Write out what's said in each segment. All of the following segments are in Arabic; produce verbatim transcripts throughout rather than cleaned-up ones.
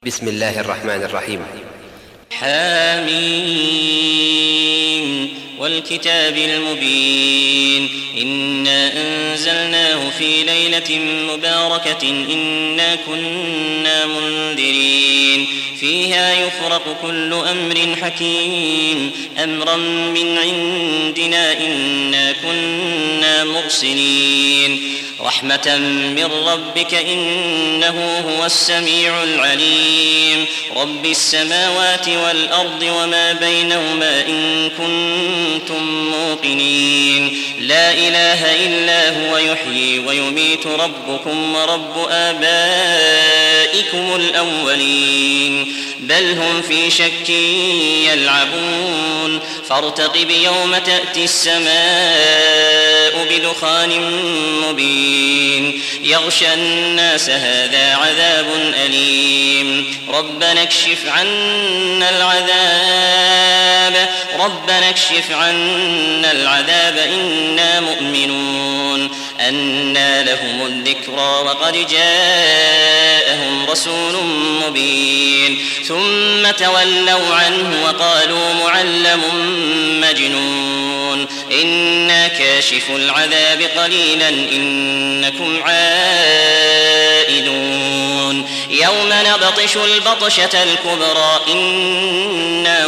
بسم الله الرحمن الرحيم. حامين والكتاب المبين إنا أنزلناه في ليلة مباركة إنا كنا منذرين فيها يفرق كل أمر حكيم أمرا من عندنا إنا كنا مرسلين رحمة من ربك إنه هو السميع العليم رب السماوات والأرض وما بينهما إن كنتم موقنين لا إله إلا هو يحيي ويميت ربكم ورب آبائكم الأولين بل هم في شك يلعبون فارتقب يوم تأتي السماء بدخان مبين يغشى الناس هذا عذاب أليم ربنا اكشف عنا العذاب ربنا اكشف عنا العذاب إنا مؤمنون أنى لهم الذكرى وقد جاءهم رسول مبين ثم تولوا عنه وقالوا معلم مجنون إنا كاشف العذاب قليلا إنكم عائدون يوم نبطش البطشة الكبرى إنا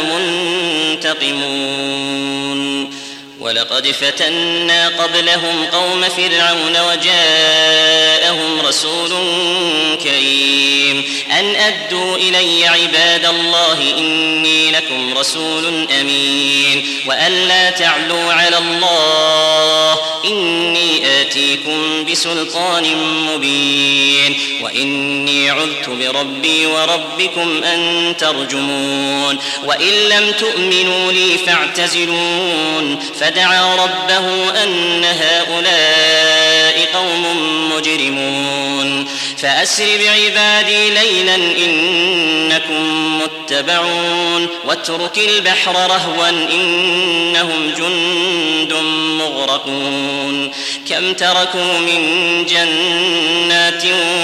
منتقمون ولقد فتنا قبلهم قوم فرعون وجاءهم رسول كريم أن أدوا إلي عباد الله إني لكم رسول أمين وأن لا تعلوا على الله إني آتيكم بسلطان مبين وإني عذت بربي وربكم أن ترجمون وإن لم تؤمنوا لي فاعتزلون فدعا ربه أن هؤلاء قوم مجرمون فأسر بعبادي ليلا إنكم متبعون واترك البحر رهوا إنهم جند مغرقون كم تركوا من جنات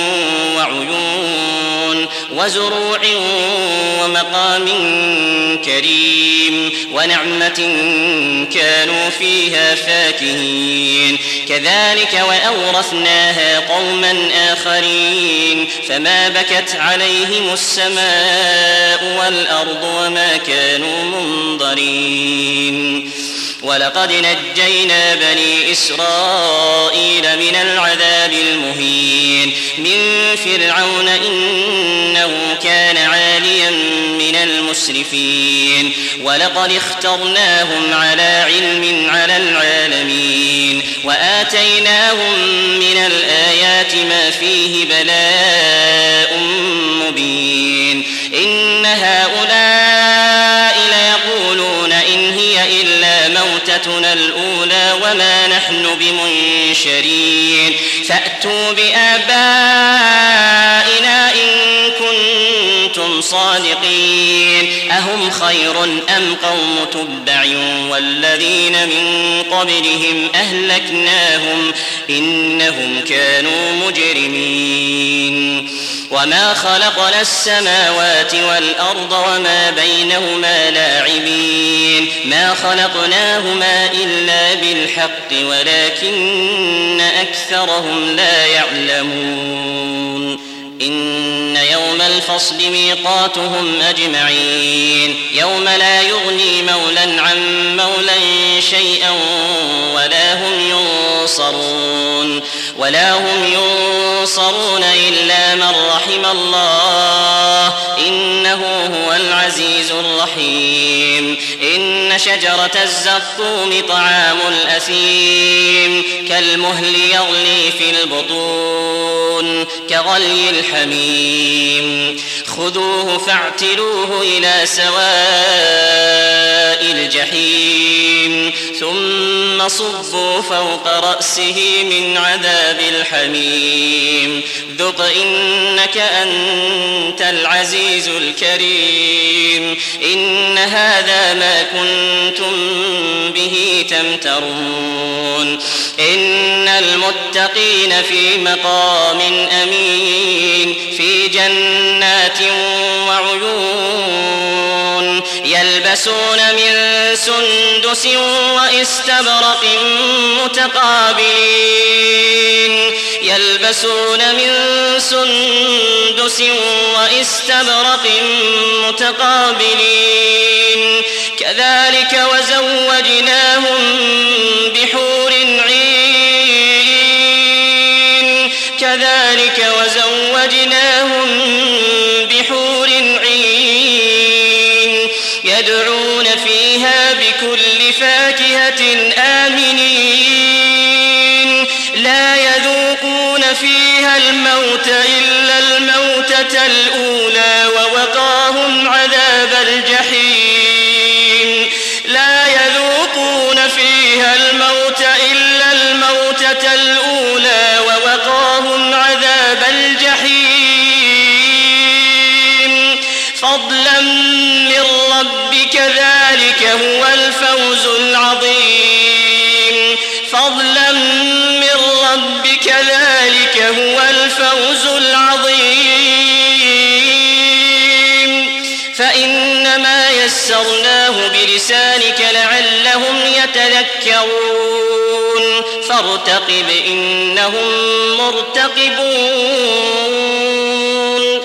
وعيون وزروع ومقام كريم ونعمة كانوا فيها فاكهين كذلك وأورثناها قوما آخرين فما بكت عليهم السماء والأرض وما كانوا منظرين ولقد نجينا بني إسرائيل من العذاب المهين من فرعون إنه كان عاليا من المسرفين ولقد اخترناهم على علم على العالمين وآتيناهم من الآيات ما فيه بلاء مبين إن هؤلاء ليقولون إن هي إلا موتتنا الأولى وما نحن بمنشرين فأتوا بآبائنا إن كنتم صادقين أهم خير أم قوم تبع والذين من قبلهم أهلكناهم إنهم كانوا مجرمين وما خلقنا السماوات والأرض وما بينهما لاعبين ما خلقناهما إلا بالحق ولكن أكثرهم لا يعلمون إن يوم الفصل ميقاتهم أجمعين يوم لا يغني مولا عن مولا شيئا ولا هم ينصرون ولا هم ينصرون إلا من رحم الله إنه هو العزيز الرحيم إن شجرة الزقوم طعام الأثيم كالمهل يغلي في البطون كغلي الحميم خذوه فاعتلوه إلى سواء الجحيم ثم صبوا فوق رأسه من عذاب الحميم ذق إنك أنت العزيز الكريم إن هذا ما كنتم به تمترون إن المتقين في مقام أمين في جنات عيون يلبسون من سندس وإستبرق متقابلين يلبسون من سندس وإستبرق متقابلين كذلك وزوجناهم بحور عين كذلك وزوجناهم بحور عين يدعون فيها بكل فاكهة آمنين لا يذوقون فيها الموت إلا الموتة الأولى ووقاهم عذاب الجحيم لا يذوقون فيها الموت إلا الموتة الأولى ووقاهم عذاب الجحيم فضلا من ربك ذلك هو الفوز العظيم فضلا من ربك ذلك هو الفوز العظيم فإنما يسرناه بلسانك لعلهم يتذكرون فارتقب إنهم مرتقبون